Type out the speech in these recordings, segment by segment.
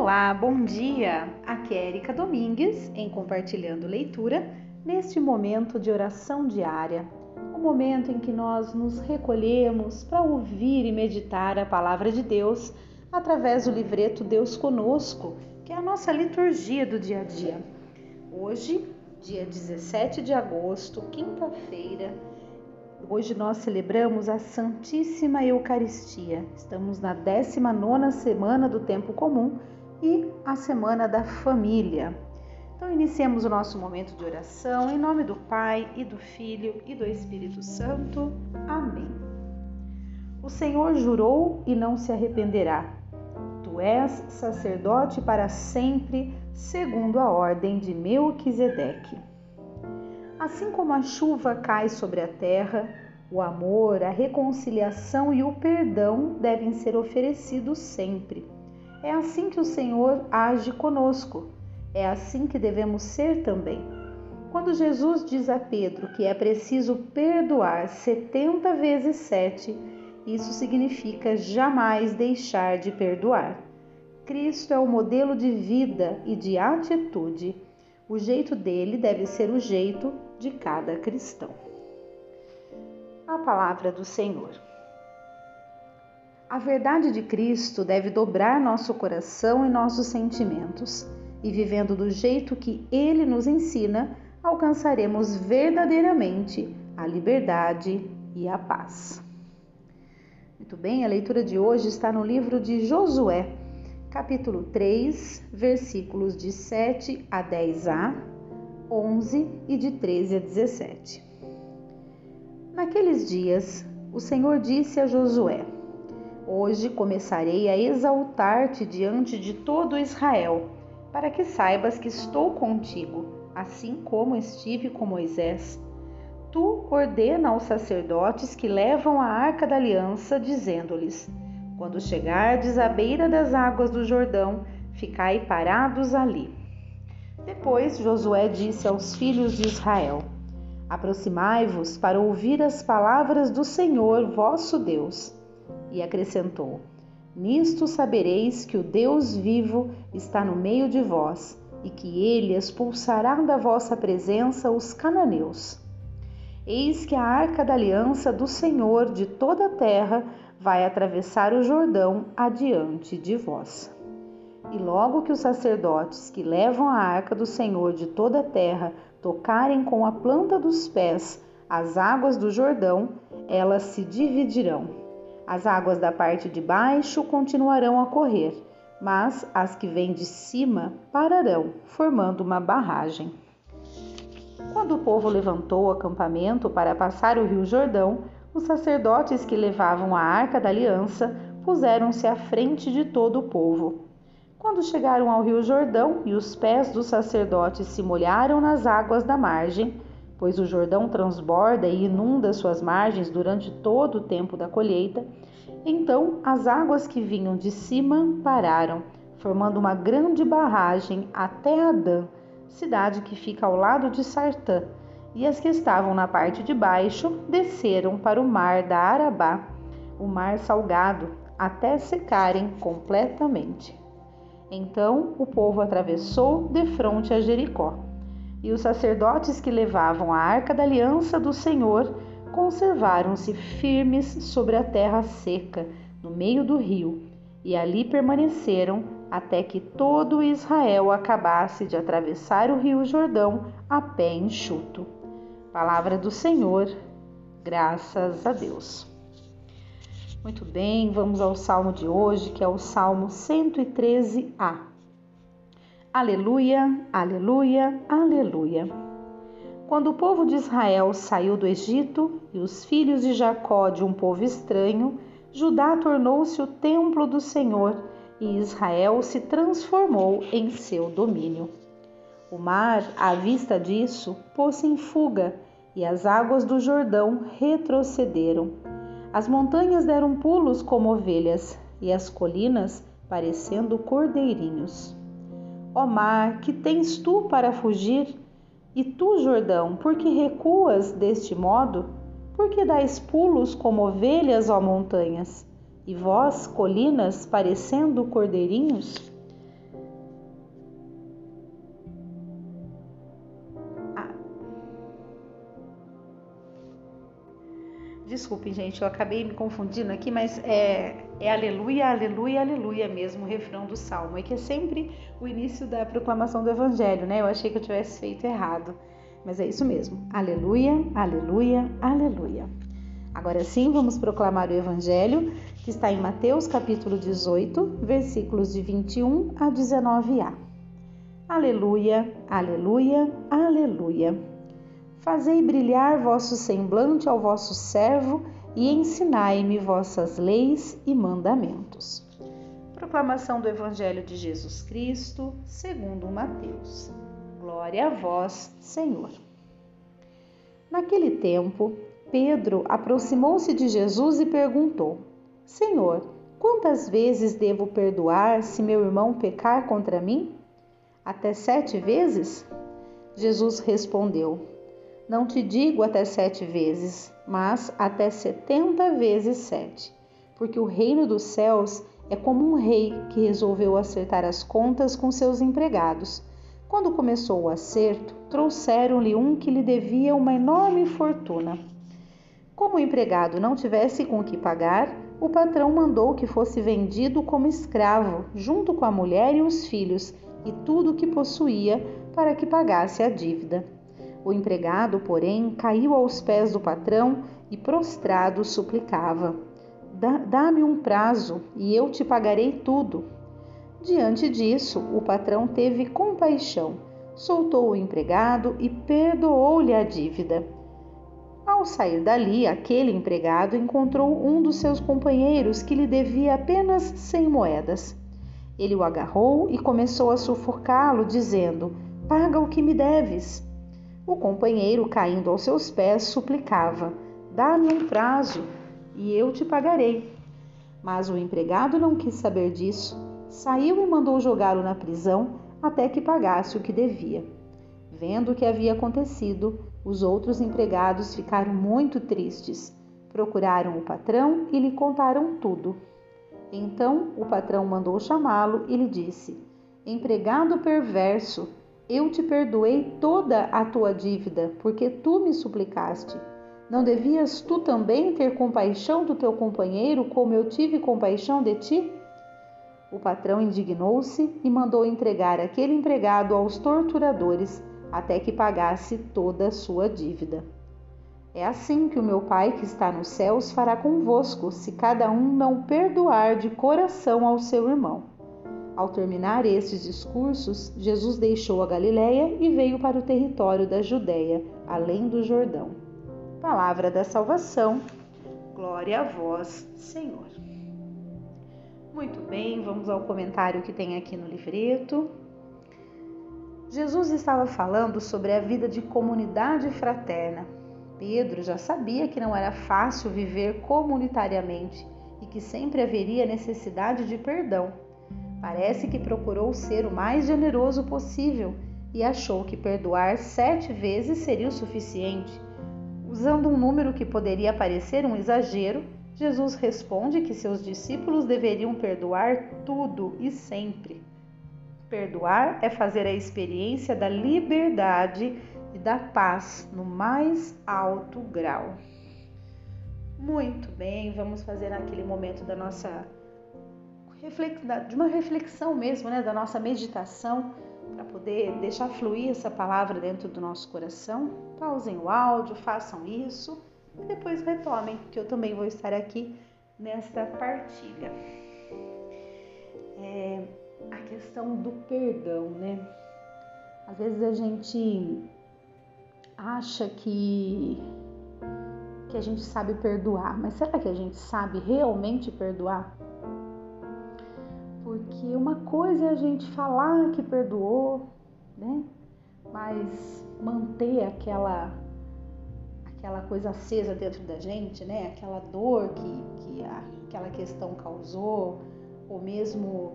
Olá, bom dia! Aqui é Érica Domingues em Compartilhando Leitura, neste momento de oração diária, o momento em que nós nos recolhemos para ouvir e meditar a Palavra de Deus através do livreto Deus Conosco, que é a nossa liturgia do dia a dia. Hoje, dia 17 de agosto, quinta-feira, hoje nós celebramos a Santíssima Eucaristia. Estamos na 19ª semana do Tempo Comum e a Semana da Família. Então iniciemos o nosso momento de oração em nome do Pai e do Filho e do Espírito Santo. Amém. O Senhor jurou e não se arrependerá. Tu és sacerdote para sempre, segundo a ordem de Melquisedeque. Assim como a chuva cai sobre a terra, o amor, a reconciliação e o perdão devem ser oferecidos sempre. É assim que o Senhor age conosco. É assim que devemos ser também. Quando Jesus diz a Pedro que é preciso perdoar 70 vezes 7, isso significa jamais deixar de perdoar. Cristo é o modelo de vida e de atitude. O jeito dele deve ser o jeito de cada cristão. A palavra do Senhor. A verdade de Cristo deve dobrar nosso coração e nossos sentimentos, e vivendo do jeito que Ele nos ensina, alcançaremos verdadeiramente a liberdade e a paz. Muito bem, a leitura de hoje está no livro de Josué, capítulo 3, versículos de 7 a 10a, 11 e de 13 a 17. Naqueles dias, o Senhor disse a Josué: Hoje começarei a exaltar-te diante de todo Israel, para que saibas que estou contigo, assim como estive com Moisés. Tu ordena aos sacerdotes que levam a arca da aliança, dizendo-lhes: Quando chegardes à beira das águas do Jordão, ficai parados ali. Depois Josué disse aos filhos de Israel: Aproximai-vos para ouvir as palavras do Senhor vosso Deus. E acrescentou: Nisto sabereis que o Deus vivo está no meio de vós, e que ele expulsará da vossa presença os cananeus. Eis que a arca da aliança do Senhor de toda a terra vai atravessar o Jordão adiante de vós. E logo que os sacerdotes que levam a arca do Senhor de toda a terra tocarem com a planta dos pés as águas do Jordão, elas se dividirão. As águas da parte de baixo continuarão a correr, mas as que vêm de cima pararão, formando uma barragem. Quando o povo levantou o acampamento para passar o rio Jordão, os sacerdotes que levavam a arca da aliança puseram-se à frente de todo o povo. Quando chegaram ao rio Jordão e os pés dos sacerdotes se molharam nas águas da margem, pois o Jordão transborda e inunda suas margens durante todo o tempo da colheita, então as águas que vinham de cima pararam, formando uma grande barragem até Adã, cidade que fica ao lado de Sartã, e as que estavam na parte de baixo desceram para o mar da Arabá, o mar salgado, até secarem completamente. Então o povo atravessou defronte a Jericó. E os sacerdotes que levavam a arca da aliança do Senhor conservaram-se firmes sobre a terra seca, no meio do rio, e ali permaneceram até que todo Israel acabasse de atravessar o rio Jordão a pé enxuto. Palavra do Senhor, graças a Deus. Muito bem, vamos ao salmo de hoje, que é o Salmo 113a. Aleluia, aleluia, aleluia. Quando o povo de Israel saiu do Egito e os filhos de Jacó de um povo estranho, Judá tornou-se o templo do Senhor e Israel se transformou em seu domínio. O mar, à vista disso, pôs-se em fuga e as águas do Jordão retrocederam. As montanhas deram pulos como ovelhas e as colinas parecendo cordeirinhos. Ó mar, que tens tu para fugir? E tu, Jordão, por que recuas deste modo? Por que dais pulos como ovelhas, ó montanhas? E vós, colinas, parecendo cordeirinhos? Desculpem, gente, eu acabei me confundindo aqui, mas é aleluia, aleluia, aleluia mesmo o refrão do Salmo. É que é sempre o início da proclamação do Evangelho, né? Eu achei que eu tivesse feito errado, mas é isso mesmo. Aleluia, aleluia, aleluia. Agora sim, vamos proclamar o Evangelho, que está em Mateus capítulo 18, versículos de 21 a 19a. Aleluia, aleluia, aleluia. Fazei brilhar vosso semblante ao vosso servo e ensinai-me vossas leis e mandamentos. Proclamação do Evangelho de Jesus Cristo, segundo Mateus. Glória a vós, Senhor. Naquele tempo, Pedro aproximou-se de Jesus e perguntou: Senhor, quantas vezes devo perdoar se meu irmão pecar contra mim? Até 7 vezes? Jesus respondeu: Não te digo até 7 vezes, mas até 70 vezes 7, porque o reino dos céus é como um rei que resolveu acertar as contas com seus empregados. Quando começou o acerto, trouxeram-lhe um que lhe devia uma enorme fortuna. Como o empregado não tivesse com o que pagar, o patrão mandou que fosse vendido como escravo, junto com a mulher e os filhos, e tudo o que possuía, para que pagasse a dívida. O empregado, porém, caiu aos pés do patrão e, prostrado, suplicava: Dá-me um prazo e eu te pagarei tudo. Diante disso, o patrão teve compaixão, soltou o empregado e perdoou-lhe a dívida. Ao sair dali, aquele empregado encontrou um dos seus companheiros que lhe devia apenas 100 moedas. Ele o agarrou e começou a sufocá-lo, dizendo: Paga o que me deves. O companheiro, caindo aos seus pés, suplicava: Dá-me um prazo e eu te pagarei. Mas o empregado não quis saber disso. Saiu e mandou jogá-lo na prisão até que pagasse o que devia. Vendo o que havia acontecido, os outros empregados ficaram muito tristes. Procuraram o patrão e lhe contaram tudo. Então o patrão mandou chamá-lo e lhe disse: Empregado perverso, eu te perdoei toda a tua dívida, porque tu me suplicaste. Não devias tu também ter compaixão do teu companheiro, como eu tive compaixão de ti? O patrão indignou-se e mandou entregar aquele empregado aos torturadores, até que pagasse toda a sua dívida. É assim que o meu Pai que está nos céus fará convosco, se cada um não perdoar de coração ao seu irmão. Ao terminar estes discursos, Jesus deixou a Galiléia e veio para o território da Judéia, além do Jordão. Palavra da salvação. Glória a vós, Senhor. Muito bem, vamos ao comentário que tem aqui no livreto. Jesus estava falando sobre a vida de comunidade fraterna. Pedro já sabia que não era fácil viver comunitariamente e que sempre haveria necessidade de perdão. Parece que procurou ser o mais generoso possível e achou que perdoar 7 vezes seria o suficiente. Usando um número que poderia parecer um exagero, Jesus responde que seus discípulos deveriam perdoar tudo e sempre. Perdoar é fazer a experiência da liberdade e da paz no mais alto grau. Muito bem, vamos fazer aquele momento da nossa de uma reflexão mesmo, né, da nossa meditação, para poder deixar fluir essa palavra dentro do nosso coração. Pausem o áudio, façam isso e depois retomem, que eu também vou estar aqui nesta partilha. A questão do perdão, né? Às vezes a gente acha que a gente sabe perdoar, mas será que a gente sabe realmente perdoar? Porque uma coisa é a gente falar que perdoou, né? Mas manter aquela coisa acesa dentro da gente, né? Aquela dor que aquela questão causou, ou mesmo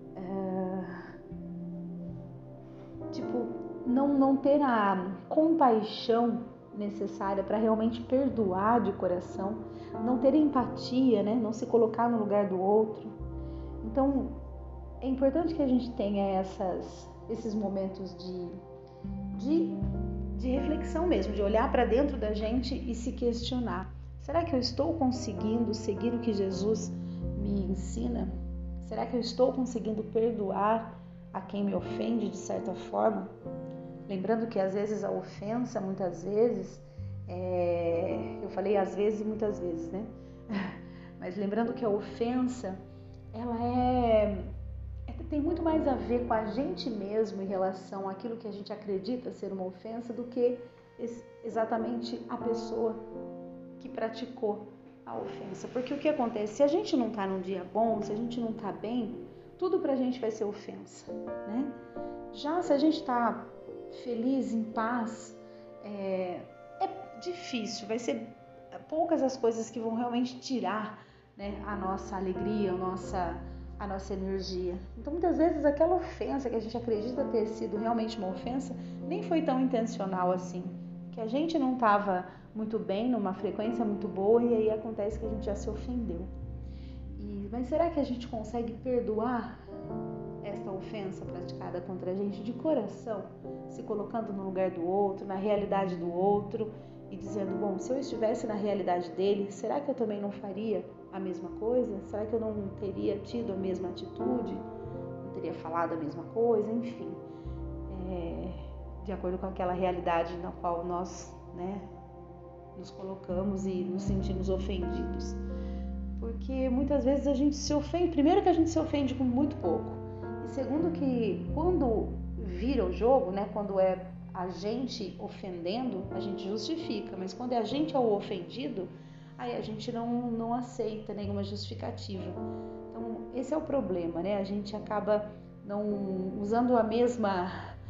não ter a compaixão necessária para realmente perdoar de coração, não ter empatia, né? Não se colocar no lugar do outro. Então, é importante que a gente tenha esses momentos de reflexão mesmo, de olhar para dentro da gente e se questionar. Será que eu estou conseguindo seguir o que Jesus me ensina? Será que eu estou conseguindo perdoar a quem me ofende de certa forma? Lembrando que às vezes a ofensa, muitas vezes, eu falei às vezes e muitas vezes, né? Mas lembrando que a ofensa, ela tem muito mais a ver com a gente mesmo em relação àquilo que a gente acredita ser uma ofensa do que exatamente a pessoa que praticou a ofensa. Porque o que acontece? Se a gente não está num dia bom, se a gente não está bem, tudo pra gente vai ser ofensa, né? Já se a gente está feliz, em paz, é difícil, vai ser poucas as coisas que vão realmente tirar, né, a nossa alegria, a nossa energia. Então muitas vezes aquela ofensa que a gente acredita ter sido realmente uma ofensa, nem foi tão intencional assim, que a gente não estava muito bem, numa frequência muito boa, e aí acontece que a gente já se ofendeu. Mas será que a gente consegue perdoar esta ofensa praticada contra a gente de coração, se colocando no lugar do outro, na realidade do outro e dizendo, bom, se eu estivesse na realidade dele, será que eu também não faria a mesma coisa? Será que eu não teria tido a mesma atitude? Não teria falado a mesma coisa? Enfim, de acordo com aquela realidade na qual nós, né, nos colocamos e nos sentimos ofendidos. Porque muitas vezes a gente se ofende, primeiro que a gente se ofende com muito pouco, e segundo que quando vira o jogo, né, quando é a gente ofendendo, a gente justifica, mas quando é a gente o ofendido, aí a gente não aceita nenhuma justificativa. Então esse é o problema, né? A gente acaba não usando a mesma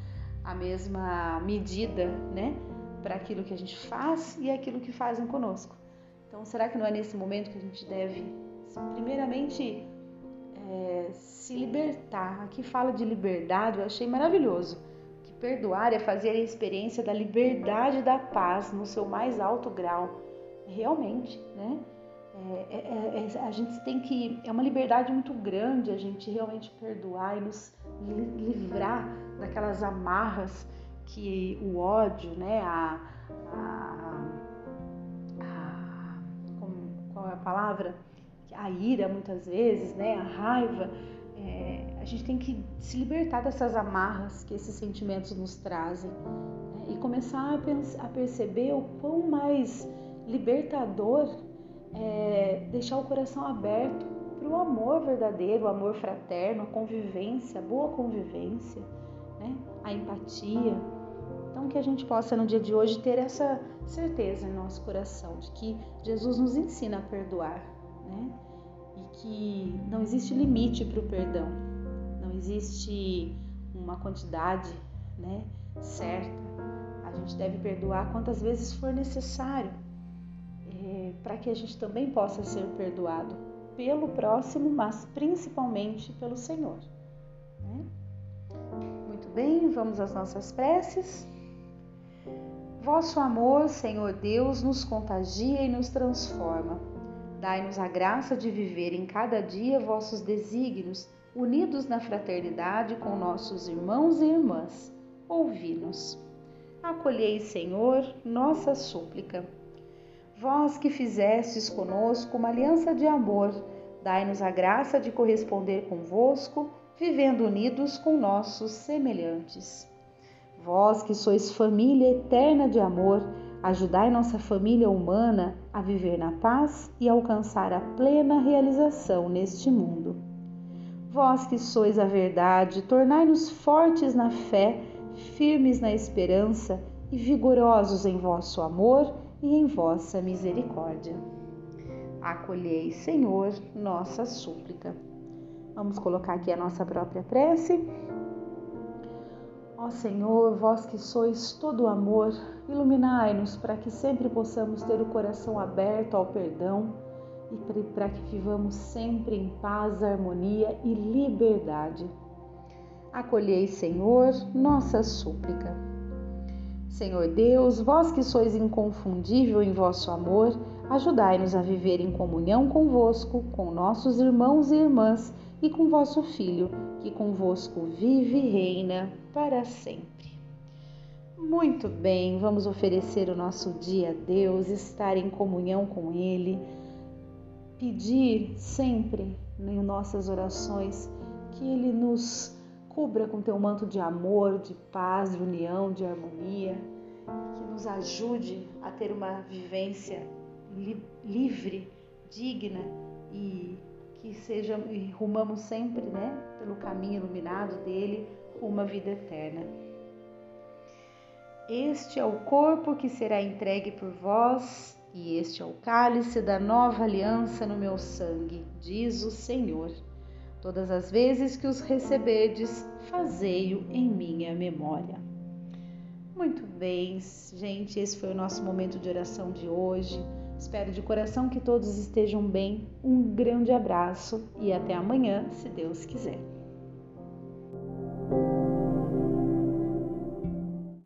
medida, né, para aquilo que a gente faz e aquilo que fazem conosco. Então, será que não é nesse momento que a gente deve, primeiramente, se libertar? Aqui fala de liberdade, eu achei maravilhoso. Que perdoar é fazer a experiência da liberdade e da paz no seu mais alto grau. Realmente, né? A gente tem que... É uma liberdade muito grande a gente realmente perdoar e nos livrar daquelas amarras que o ódio, né? Qual é a palavra? A ira, muitas vezes, né? A raiva. A gente tem que se libertar dessas amarras que esses sentimentos nos trazem, né? E começar a perceber o quão mais libertador é deixar o coração aberto para o amor verdadeiro, o amor fraterno, a convivência, a boa convivência, né? A empatia. Então, que a gente possa, no dia de hoje, ter essa certeza em nosso coração de que Jesus nos ensina a perdoar, né? E que não existe limite para o perdão, não existe uma quantidade, né, certa. A gente deve perdoar quantas vezes for necessário, para que a gente também possa ser perdoado pelo próximo, mas principalmente pelo Senhor, né? Muito bem, vamos às nossas preces. Vosso amor, Senhor Deus, nos contagia e nos transforma. Dai-nos a graça de viver em cada dia vossos desígnios, unidos na fraternidade com nossos irmãos e irmãs. Ouvi-nos. Acolhei, Senhor, nossa súplica. Vós que fizestes conosco uma aliança de amor, dai-nos a graça de corresponder convosco, vivendo unidos com nossos semelhantes. Vós que sois família eterna de amor, ajudai nossa família humana a viver na paz e alcançar a plena realização neste mundo. Vós que sois a verdade, tornai-nos fortes na fé, firmes na esperança e vigorosos em vosso amor e em vossa misericórdia. Acolhei, Senhor, nossa súplica. Vamos colocar aqui a nossa própria prece. Ó Senhor, vós que sois todo amor, iluminai-nos para que sempre possamos ter o coração aberto ao perdão e para que vivamos sempre em paz, harmonia e liberdade. Acolhei, Senhor, nossa súplica. Senhor Deus, vós que sois inconfundível em vosso amor, ajudai-nos a viver em comunhão convosco, com nossos irmãos e irmãs e com vosso Filho, que convosco vive e reina para sempre. Muito bem, vamos oferecer o nosso dia a Deus, estar em comunhão com Ele, pedir sempre em nossas orações que Ele nos cubra com teu manto de amor, de paz, de união, de harmonia, que nos ajude a ter uma vivência livre, digna e que rumamos sempre, pelo caminho iluminado dele, rumo à vida eterna. Este é o corpo que será entregue por vós, e este é o cálice da nova aliança no meu sangue, diz o Senhor. Todas as vezes que os receberdes, fazei-o em minha memória. Muito bem, gente, esse foi o nosso momento de oração de hoje. Espero de coração que todos estejam bem. Um grande abraço e até amanhã, se Deus quiser.